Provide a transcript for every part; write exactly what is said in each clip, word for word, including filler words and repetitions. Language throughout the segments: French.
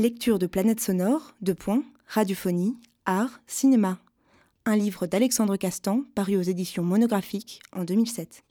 Lecture de Planète sonore, deux points, radiophonie, art, cinéma. Un livre d'Alexandre Castan, paru aux éditions monographiques en deux mille sept.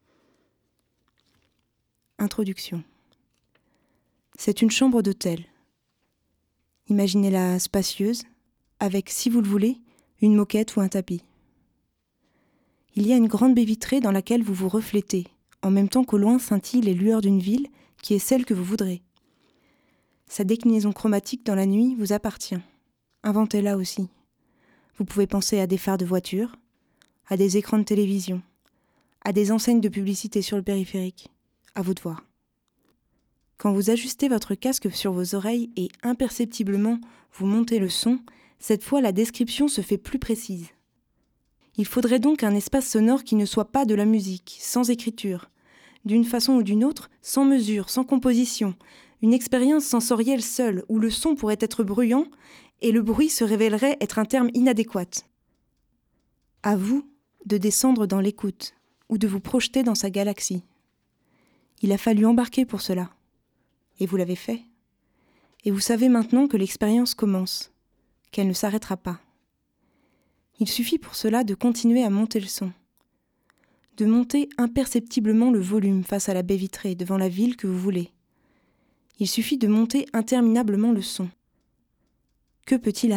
Introduction. C'est une chambre d'hôtel. Imaginez-la spacieuse, avec, si vous le voulez, une moquette ou un tapis. Il y a une grande baie vitrée dans laquelle vous vous reflétez, en même temps qu'au loin scintillent les lueurs d'une ville qui est celle que vous voudrez. Sa déclinaison chromatique dans la nuit vous appartient. Inventez-la aussi. Vous pouvez penser à des phares de voiture, à des écrans de télévision, à des enseignes de publicité sur le périphérique. À vous de voir. Quand vous ajustez votre casque sur vos oreilles et imperceptiblement vous montez le son, cette fois la description se fait plus précise. Il faudrait donc un espace sonore qui ne soit pas de la musique, sans écriture, d'une façon ou d'une autre, sans mesure, sans composition, une expérience sensorielle seule, où le son pourrait être bruyant et le bruit se révélerait être un terme inadéquat. À vous de descendre dans l'écoute ou de vous projeter dans sa galaxie. Il a fallu embarquer pour cela. Et vous l'avez fait. Et vous savez maintenant que l'expérience commence, qu'elle ne s'arrêtera pas. Il suffit pour cela de continuer à monter le son, de monter imperceptiblement le volume face à la baie vitrée devant la ville que vous voulez. Il suffit de monter interminablement le son. Que peut-il arriver ?